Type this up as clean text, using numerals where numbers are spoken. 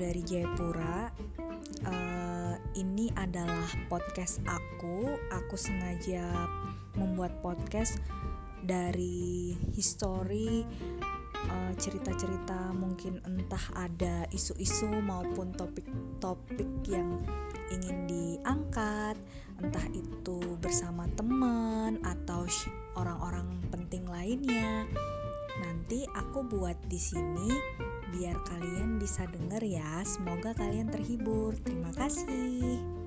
dari Jayapura. Ini adalah podcast aku. Aku sengaja membuat podcast dari history, cerita-cerita, mungkin entah ada isu-isu maupun topik-topik yang ingin diangkat, entah itu bersama teman atau orang-orang penting lainnya. Nanti aku buat di sini biar kalian bisa denger ya. Semoga kalian terhibur. Terima kasih.